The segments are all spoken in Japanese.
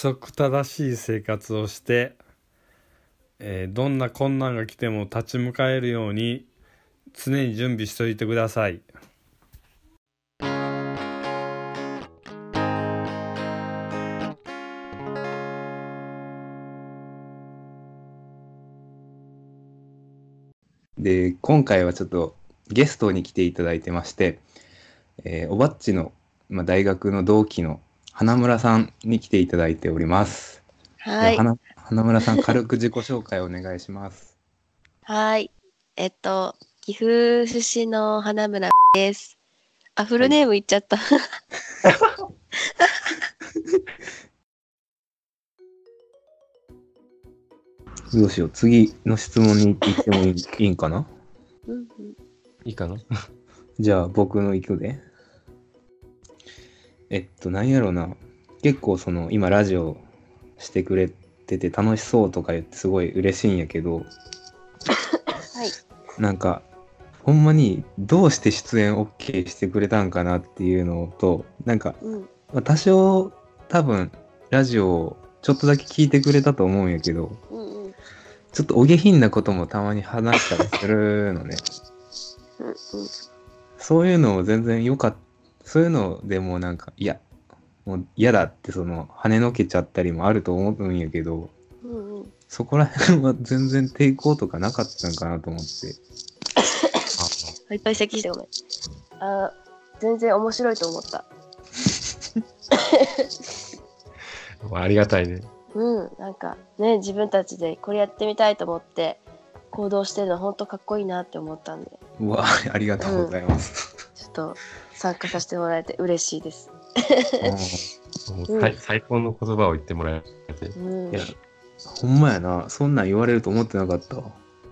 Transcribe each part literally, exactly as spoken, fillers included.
則正しい生活をして、えーどんな困難が来ても立ち向かえるように常に準備しておいてください。 で、今回はちょっとゲストに来ていただいてまして、えーおばっちの、まあ、大学の同期の花村さんに来ていただいております。ではい。 は花花村さん、軽く自己紹介をお願いします。 はい。えっと、岐阜出身の花村です。あ、フはい。 ルネーム言っちゃった。 どうしよう。次の質問に行ってもいい、いいんかな。 うんうんいいかな。 じゃあ僕の行くで。えっと、なんやろな。結構その、今ラジオしてくれてて楽しそうとか言ってすごい嬉しいんやけど、 はい。 なんか、ほんまにどうして出演 OK してくれたんかなっていうのと、なんか、 うん。 まあ多少多分ラジオをちょっとだけ聞いてくれたと思うんやけど、 うんうん。 ちょっとお下品なこともたまに話したりするのね。 うんうん。 そういうのを全然よかった。そういうのでもなんか、いや、もう嫌だってその跳ねのけちゃったりもあると思うんやけど、 うんうん。 そこら辺は全然抵抗とかなかったんかなと思って。 いっぱい指摘してごめん。あ、全然面白いと思った。 ありがたいね。 うん。なんかね、自分たちでこれやってみたいと思って行動してるの本当かっこいいなって思ったんで、 うわ、ありがとうございます。 ちょっと参加させてもらえて嬉しいです。 もううん最最高の言葉を言ってもらえて。 うんいや、ほんまやな。そんなん言われると思ってなかったわ。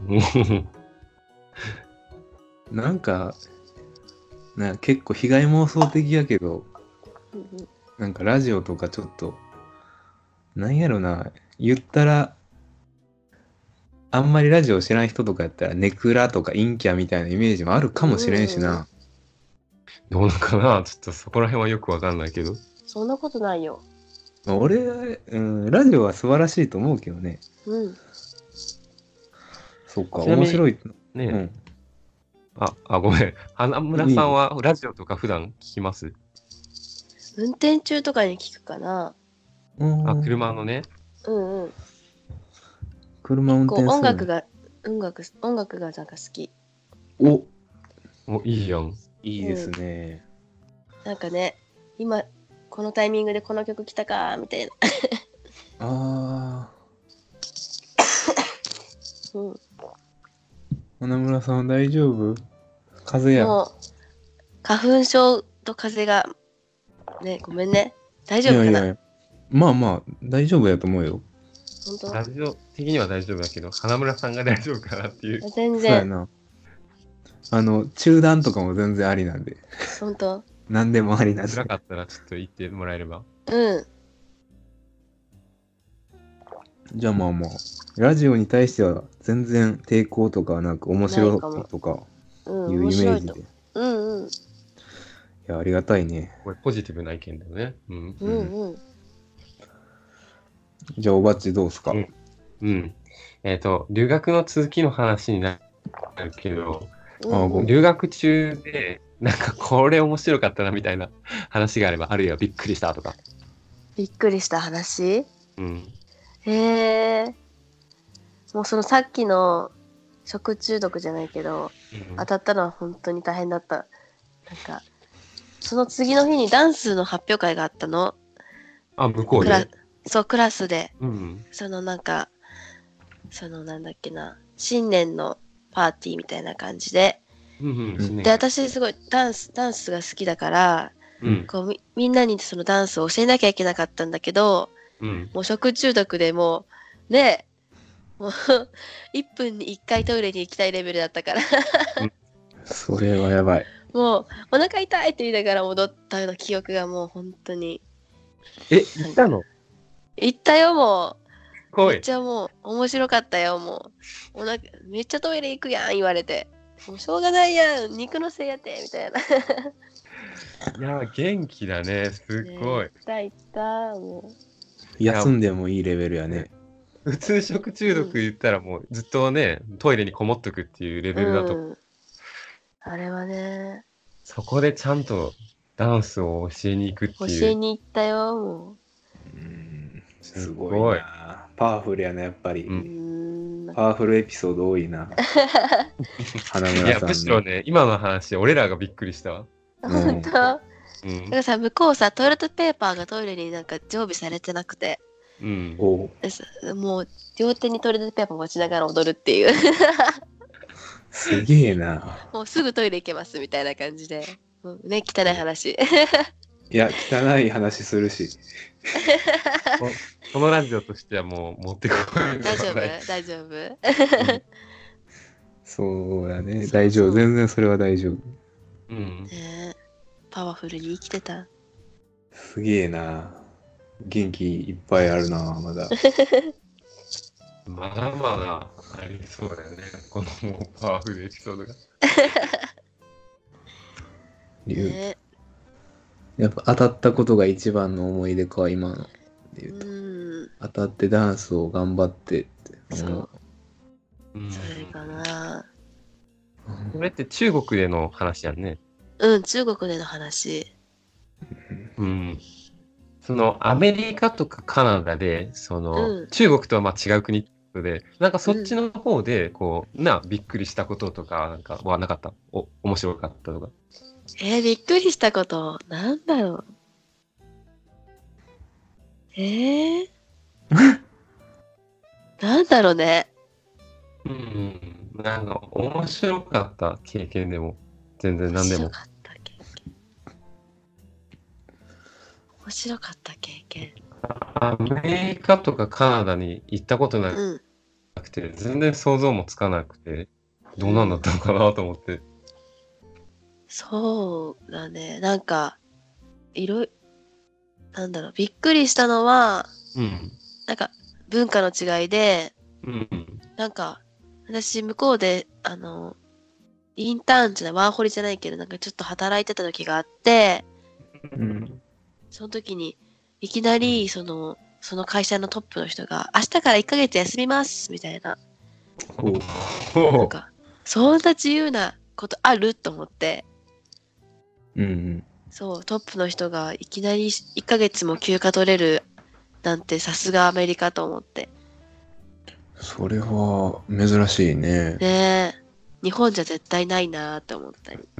なんか、な結構被害妄想的やけど、 うんうん。 なんかラジオとかちょっと、なんやろな、言ったら、あんまりラジオ知らん人とかやったら、ネクラとか陰キャみたいなイメージもあるかもしれんしな。 どうなのかな、ちょっとそこら辺はよくわかんないけど。 そんなことないよ。 まあ俺、うん、ラジオは素晴らしいと思うけどね。 うん。 そっか、 ちなみに面白い。 ね、 うん。 あ、あ、ごめん。花村さんはラジオとか普段聞きます？ 運転中とかに聞くかな。 あ、 うん。 車のね。 うんうん。 車運こう転するの。 音楽が音楽音楽がなんか好き。 お、 お、いいじゃん。 いいですね。 なんかね、今このタイミングでこの曲来たかみたいな。 あうん。 ー、花村さん大丈夫？風邪や。 もう花粉症と風邪がね、ごめんね。大丈夫かな。 いやいやいや。まあまあ、大丈夫やと思うよ。 本ラジオ的には大丈夫だけど、花村さんが大丈夫かなっていう。 当？全然。 そうやな。あの、中断とかも全然ありなんで。 本当？ 何でもありなんで。 辛かったらちょっと言ってもらえれば。 うん。 じゃあまあまあ、ラジオに対しては全然抵抗とかはなく面白いとかうん。 いう面イメージで。 白いと。 いうんうん。 や、ありがたいね。 これポジティブな意見だよね。うん。 うんうん。 じゃあおばっちどうすか？ うんうん。えっと、留学の続きの話になるけど、 うんうん。 あごめん留学中で、なんかこれ面白かったなみたいな話があれば、あるいはびっくりしたとか。 びっくりした話？ うん。 へえ。もうそのさっきの食中毒じゃないけど、当たったのは本当に大変だった。なんかその次の日にダンスの発表会があったの。 あ、向こうクラで。 そうクラスで、 うん。 そのなんかそのなんだっけな、新年のパーティーみたいな感じで、 うんうん。 で私すごいダンスダンスが好きだから、 うん。 こう み, みんなにそのダンスを教えなきゃいけなかったんだけど、 うん。 もう食中毒でもうね、もういっぷんにいっかいトイレに行きたいレベルだったからそれはやばい。 もうお腹痛いって言いながら戻ったような記憶がもう本当に。 え、行ったの？ 行ったよ。もう来い。 めっちゃもう面白かったよ。もうお腹めっちゃトイレ行くやん言われて、もうしょうがないやん、肉のせいやってみたいな。 いや、元気だね。すっごい。 ね、行った行ったも休んでもいいレベルやね。 普通食中毒言ったらもうずっとね、トイレにこもっとくっていうレベルだと、 うん。あれはね、 そこでちゃんとダンスを教えに行くって教いう。 えに行ったよ、もうんすすごごいいな。パワフルやな、やっぱり。 う。うーん。 パワフルエピソード多いな。花いや、 村さんむしろの。 ね、今の話、俺らがびっくりしたわ。 本当。 うんなん。かさ、向こうさ、トイレットペーパーがトイレになんか常備されてなくて、 うん。 おうでさもう両手にトイレットペーパー持ちながら踊るっていう。 すげえな。 もうすぐトイレ行けますみたいな感じで。もうね、汚い話。 いや、汚い話するし。 ここのラジオとしてはもう持ってこい。 大丈夫大丈夫そうやね。 そう大丈夫。 そう全然それは大丈夫。 うん。 ねえパワフルに生きてた。 すげえな。元気いっぱいあるな、まだ。 まだまだありそうだよね。このもうパワフルエピソードが。 ねやっぱ当たったことが一番の思い出か、今の。でえ言うとうん。 当たってダンスを頑張ってって。 そう。 うんそれかな。 うんこれって中国での話やんね。 うん、中国での話。 うん。そのアメリカとかカナダで、その、 うん中国とはまあ違う国ってことで、なんかそっちの方で、こう、な、びっくりしたこととか、なんかはなかった。お、面白かったとか。 えー、びっくりしたこと。なんだろう。えー、なんだろうね。 うん。なんか面白かった経験でも、全然何でも面白。かった経験。面白かった経験。 アメリカとかカナダに行ったことなうん。 くて、全然想像もつかなくて、どうなんだったのかなと思って。 そうだね。なんか、いろいなんだろう、びっくりしたのは、 うん。 なんか、文化の違いで、 うん。 なんか、私、向こうで、あの、インターンじゃない、ワーホリじゃないけど、なんかちょっと働いてた時があって、 うんその時に、いきなり、その、その会社のトップの人が、明日からいっかげつ休みますみたいな。 おうなんか、そんな自由なことあると思って、 うんうん。 そう、トップの人がいきなりいっかげつも休暇取れるなんてさすがアメリカと思って。 それは珍しいね。 ねえ、日本じゃ絶対ないなーって思ったり。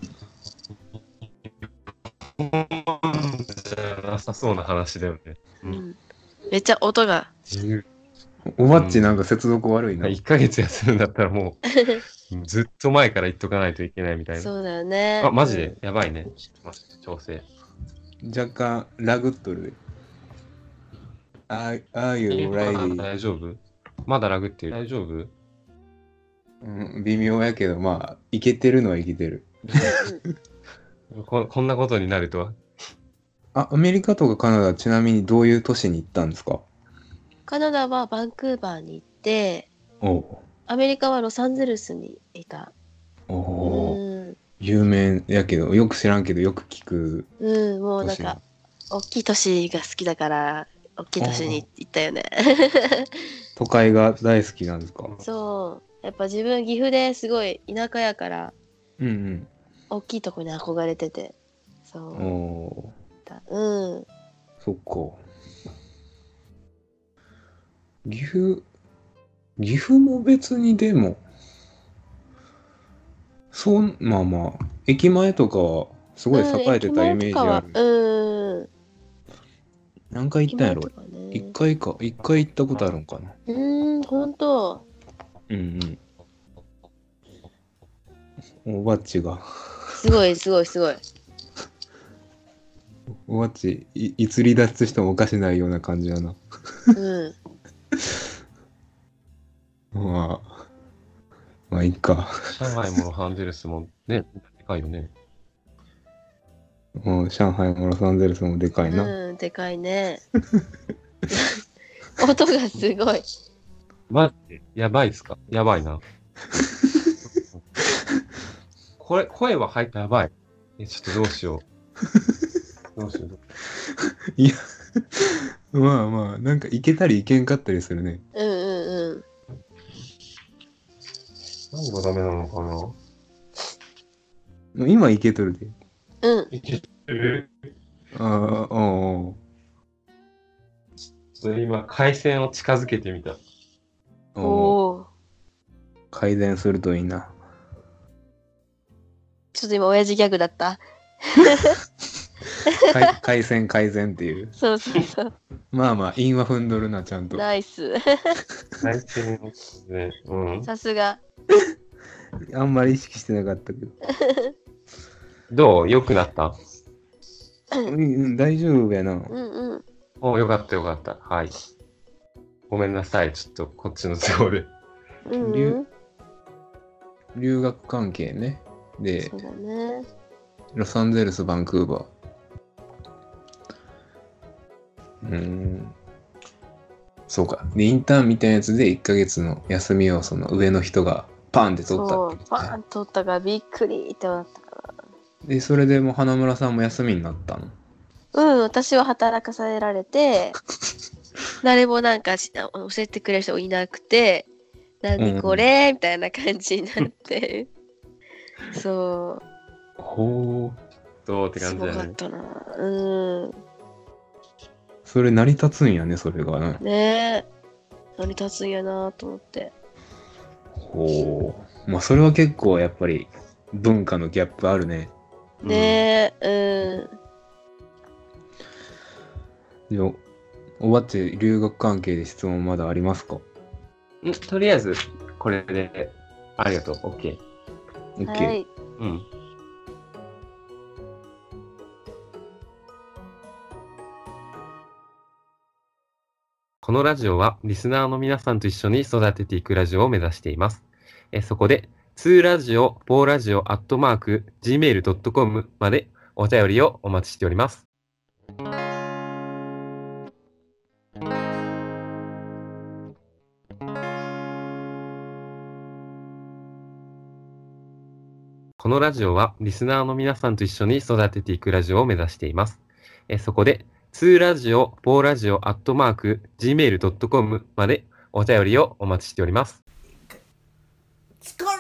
じゃなさそうな話だよね。うんうん。めっちゃ音が、 おばっちなんか接続悪いな。 いっかげつ休むんだったらもう、ずっと前から言っとかないといけないみたいな。 そうだよね。 あ、マジでやばいね。調整。 若干ラグっとる。Are, are you まだ ready? 大丈夫まだラグってる。大丈夫うん、微妙やけど、まあ、いけてるのはいけてる。 ここんなことになるとは。 あ、アメリカとかカナダ、ちなみにどういう都市に行ったんですか？ カナダはバンクーバーに行って、 おうアメリカはロサンゼルスにいた。 おううん。 有名やけど、よく知らんけど、よく聞くうん、もう都市なんか、大きい都市が好きだから、大きい都市に行ったよね。 都会が大好きなんですか？ そう。やっぱ自分岐阜ですごい田舎やから、 うん大きいとこに憧れてて。そうん。 う。 おだうん。 ーそっか。岐阜、岐阜も別にでも、そう、まあまあ、駅前とかはすごい栄えてたイメージある。 うん。うん。 何回行ったんやろ駅前とかね一回か。一回行ったことあるんかな。 うーん、ほんと。 うんうん。おばっちが、 すごい、すごい、すごい。 おばっち、いいつ離脱してもおかしないような感じやな。 うん。 まあ、まあいいか。 上海もロサンゼルスもね、でかいよね。 うん、上海もロサンゼルスもでかいな。 うん、でかいね。音がすごい。 マジでやばいっすかやばいな。これ、声は入ったやばい。え、ちょっとどうしよう。どうしよう。 いや、 まあまあ、なんかいけたりいけんかったりするね。 うんうんうん。 何がダメなのかな。 今いけとるで。 うん。 いける。 ああ、ああ。 それ今、回線を近づけてみた。 おおお。 改善するといいな。 ちょっと今親父ギャグだった。 改改善改善っていう。 そうそうそう。 まあまあ、韻は踏んどるな、ちゃんと。 ナイス。 回線をね、うん。 さすが。 あんまり意識してなかったけど。 どう良くなった？ うんうん、大丈夫やな。 うんうん。 お、よかったよかった。はい。ごめんなさい。ちょっとこっちの都合で。 うんう留ん。 留学関係ね。でそ、うだね。 ロサンゼルス、バンクーバー。うーん。そうか。で、インターンみたいなやつでいっかげつの休みをその上の人がパンって取ったそうって、 パーン取ったからびっくりってなったかで、それでもう花村さんも休みになったの。 ら。うん、私は働かされられて、誰もなんかし教えてくれる人いなくて、何これ、みたいな感じになって。そう。 ほう。 どうってす感じだね。 ごかったな。うん。 それ成り立つんやね、それがね。 ねえ。成り立つんやなと思って。 ほう。まあ、それは結構やっぱり文化のギャップあるね。 ねえ、うん。 で、おばっち留学関係で質問まだありますか？ うん、とりあえず、これで、ありがとう。OK。 オッケー。 はい。 うん。このラジオはリスナーの皆さんと一緒に育てていくラジオを目指しています。えそこで、ツーラジオ、ポーラジオ、アットマーク、ジーメールドットコム までお便りをお待ちしております。このラジオはリスナーの皆さんと一緒に育てていくラジオを目指しています。えそこで、ツーラジオ、ポーラジオ、アットマーク、ジーメールドットコム までお便りをお待ちしております。 疲れ